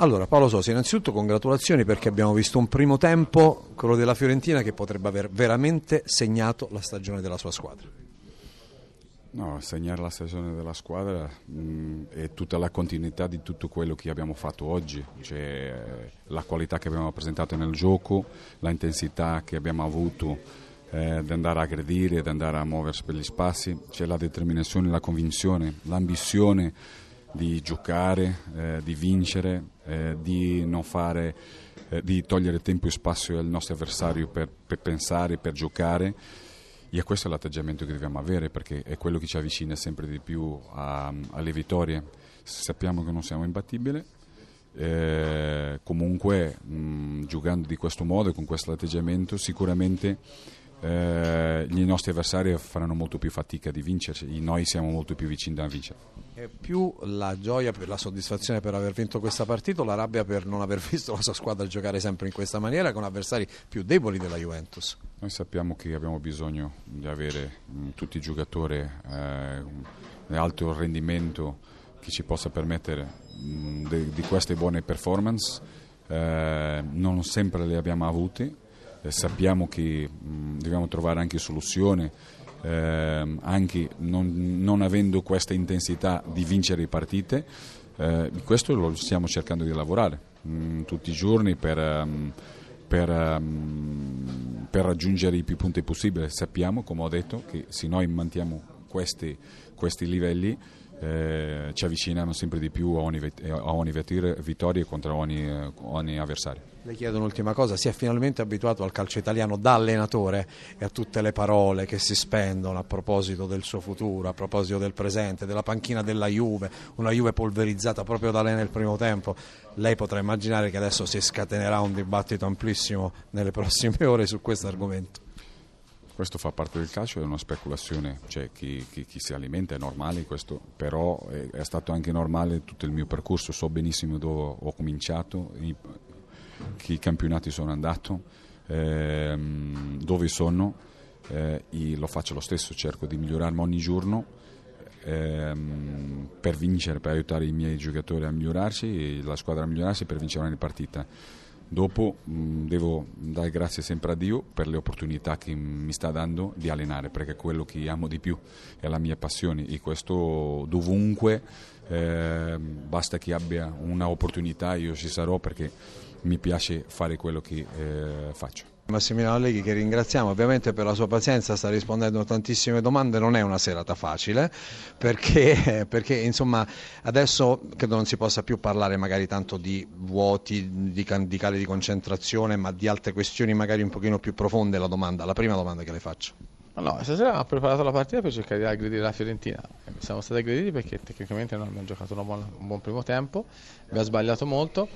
Allora Paolo Sosi, innanzitutto congratulazioni perché abbiamo visto un primo tempo, quello della Fiorentina, che potrebbe aver veramente segnato la stagione della sua squadra. No, segnare la stagione della squadra è tutta la continuità di tutto quello che abbiamo fatto oggi, cioè la qualità che abbiamo presentato nel gioco, la intensità che abbiamo avuto di andare a aggredire, di andare a muoversi per gli spazi, c'è la determinazione, la convinzione, l'ambizione di giocare, di vincere, di non fare, di togliere tempo e spazio al nostro avversario per pensare, per giocare. E questo è l'atteggiamento che dobbiamo avere, perché è quello che ci avvicina sempre di più alle vittorie. Sappiamo che non siamo imbattibili, comunque giocando di questo modo e con questo atteggiamento sicuramente i nostri avversari faranno molto più fatica di vincerci, noi siamo molto più vicini da vincere. È più la gioia, per la soddisfazione per aver vinto questa partita, o la rabbia per non aver visto la sua squadra giocare sempre in questa maniera con avversari più deboli della Juventus? Noi sappiamo che abbiamo bisogno di avere tutti i giocatori di alto rendimento che ci possa permettere di queste buone performance, non sempre le abbiamo avute, sappiamo che dobbiamo trovare anche soluzioni, anche non avendo questa intensità di vincere le partite, questo lo stiamo cercando di lavorare tutti i giorni per raggiungere i più punti possibili. Sappiamo, come ho detto, che se noi manteniamo questi livelli ci avviciniamo sempre di più a ogni vittoria contro ogni avversario. Le chiedo un'ultima cosa, si è finalmente abituato al calcio italiano da allenatore e a tutte le parole che si spendono a proposito del suo futuro, a proposito del presente, della panchina della Juve, una Juve polverizzata proprio da lei nel primo tempo. Lei potrà immaginare che adesso si scatenerà un dibattito amplissimo nelle prossime ore su questo argomento. Questo fa parte del calcio, è una speculazione, cioè chi si alimenta è normale questo, però è stato anche normale tutto il mio percorso, so benissimo dove ho cominciato, che campionati sono andato, dove sono, e lo faccio lo stesso, cerco di migliorarmi ogni giorno per vincere, per aiutare i miei giocatori a migliorarsi e la squadra a migliorarsi per vincere ogni partita. Dopo devo dare grazie sempre a Dio per le opportunità che mi sta dando di allenare, perché quello che amo di più è la mia passione e questo dovunque, basta che abbia un'opportunità io ci sarò, perché mi piace fare quello che faccio. Massimiliano Allegri, che ringraziamo ovviamente per la sua pazienza, sta rispondendo a tantissime domande, non è una serata facile perché insomma adesso credo non si possa più parlare magari tanto di vuoti, di cali di concentrazione, ma di altre questioni magari un pochino più profonde. La prima domanda che le faccio. No, stasera ho preparato la partita per cercare di aggredire la Fiorentina. Siamo stati aggrediti perché tecnicamente non abbiamo giocato un buon primo tempo, abbiamo sbagliato molto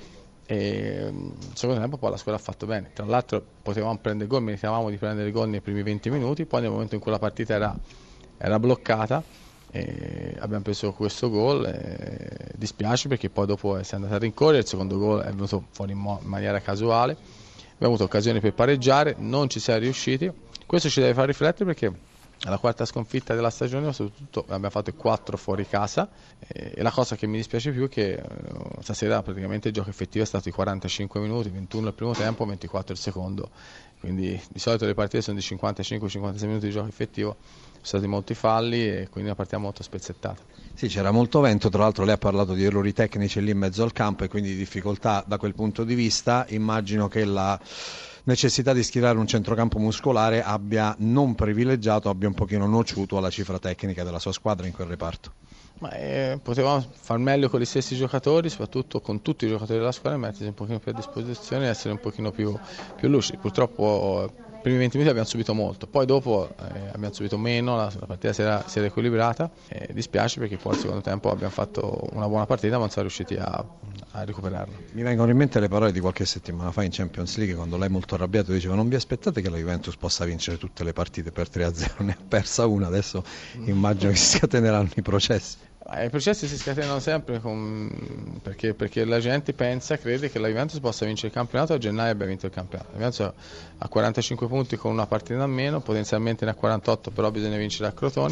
e il secondo tempo poi la squadra ha fatto bene. Tra l'altro potevamo prendere gol, meritavamo di prendere gol nei primi 20 minuti, poi nel momento in cui la partita era bloccata abbiamo preso questo gol, dispiace perché poi dopo si è andata a rincorrere, il secondo gol è venuto fuori in maniera casuale, abbiamo avuto occasioni per pareggiare, non ci siamo riusciti. Questo ci deve far riflettere perché è la quarta sconfitta della stagione, ma soprattutto abbiamo fatto 4 fuori casa e la cosa che mi dispiace più è che stasera praticamente il gioco effettivo è stato di 45 minuti, 21 il primo tempo, 24 il secondo, quindi di solito le partite sono di 55-56 minuti di gioco effettivo, sono stati molti falli e quindi una partita molto spezzettata. Sì, c'era molto vento, tra l'altro lei ha parlato di errori tecnici lì in mezzo al campo e quindi di difficoltà da quel punto di vista. Immagino che la necessità di schierare un centrocampo muscolare abbia non privilegiato, abbia un pochino nociuto alla cifra tecnica della sua squadra in quel reparto. Ma, potevamo far meglio con gli stessi giocatori, soprattutto con tutti i giocatori della squadra, mettersi un pochino più a disposizione e essere un pochino più lucidi. Purtroppo i primi 20 minuti abbiamo subito molto, poi dopo abbiamo subito meno, la partita si era equilibrata, dispiace perché poi al secondo tempo abbiamo fatto una buona partita ma non siamo riusciti a recuperarla. Mi vengono in mente le parole di qualche settimana fa in Champions League, quando lei molto arrabbiato diceva: non vi aspettate che la Juventus possa vincere tutte le partite per 3-0, ne ha persa una, adesso immagino che si scateneranno i processi. I processi si scatenano sempre perché la gente crede che la Juventus possa vincere il campionato e a gennaio abbia vinto il campionato. La Juventus ha 45 punti con una partita in meno, potenzialmente ne ha 48, però bisogna vincere a Crotone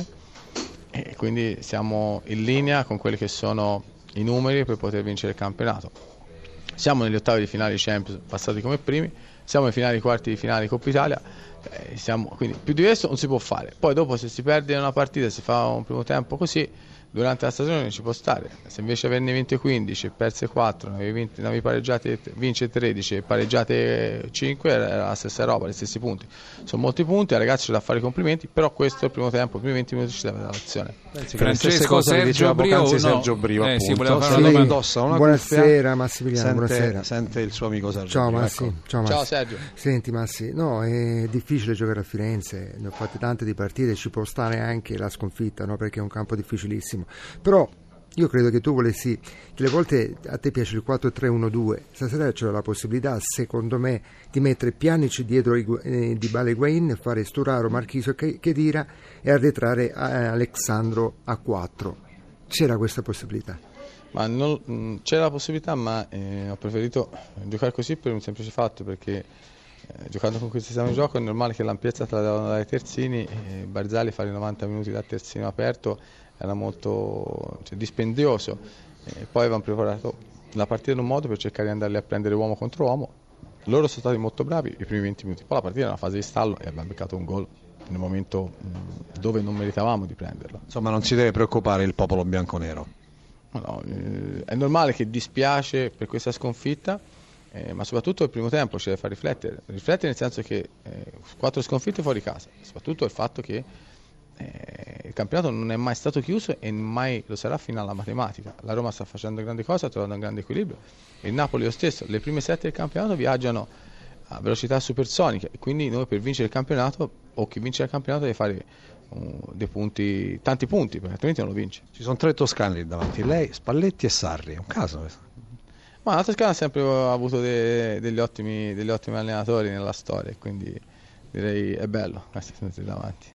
e quindi siamo in linea con quelli che sono i numeri per poter vincere il campionato. siamo negli ottavi di finale Champions, passati come primi, siamo nei finali, quarti di finale Coppa Italia, quindi più di questo non si può fare. Poi dopo, se si perde una partita, si fa un primo tempo così, durante la stagione ci può stare. Se invece averne vinte 15 e perse 4, ne avevi pareggiate, vince 13 e pareggiate 5, era la stessa roba, gli stessi punti. Sono molti punti, ai ragazzi c'è da fare i complimenti, però questo è il primo tempo, i primi 20 minuti ci deve dare l'azione. Francesco, Sergio Brio, Sergio Brio, appunto. Sì, voleva fare una domanda. Buonasera Massimiliano, buonasera. Sente il suo amico Sergio. Ciao Brio, Massi, ecco. ciao Massi. Ciao Sergio. Senti Massi, no, è difficile giocare a Firenze, ne ho fatte tante di partite, ci può stare anche la sconfitta, no? Perché è un campo difficilissimo, però io credo che tu volessi, che le volte a te piace il 4-3-1-2, stasera c'era la possibilità, secondo me, di mettere Pjanic dietro Dybala e Higuain, fare Sturaro, Marchisio e Khedira e arretrare Alexandro a 4. C'era questa possibilità? C'era la possibilità, ma ho preferito giocare così per un semplice fatto, perché giocando con questo sistema di gioco è normale che l'ampiezza te la devono dare terzini, e Barzagli fare 90 minuti da terzino aperto era molto dispendioso, poi avevano preparato la partita in un modo per cercare di andarli a prendere uomo contro uomo. Loro sono stati molto bravi i primi 20 minuti, poi la partita era una fase di stallo e abbiamo beccato un gol nel momento dove non meritavamo di prenderlo. Insomma, non si deve preoccupare il popolo bianconero. No, è normale che dispiace per questa sconfitta, ma soprattutto il primo tempo ci deve far riflettere nel senso che 4 sconfitte fuori casa, soprattutto il fatto che il campionato non è mai stato chiuso e mai lo sarà fino alla matematica. La Roma sta facendo grandi cose, ha trovato un grande equilibrio, il Napoli lo stesso. Le prime 7 del campionato viaggiano a velocità supersonica e quindi noi per vincere il campionato, o chi vince il campionato, deve fare dei punti, tanti punti, perché altrimenti non lo vince. Ci sono 3 toscani lì davanti, lei, Spalletti e Sarri, è un caso questo. Ma la Toscana ha sempre avuto degli ottimi allenatori nella storia, quindi direi è bello essere davanti.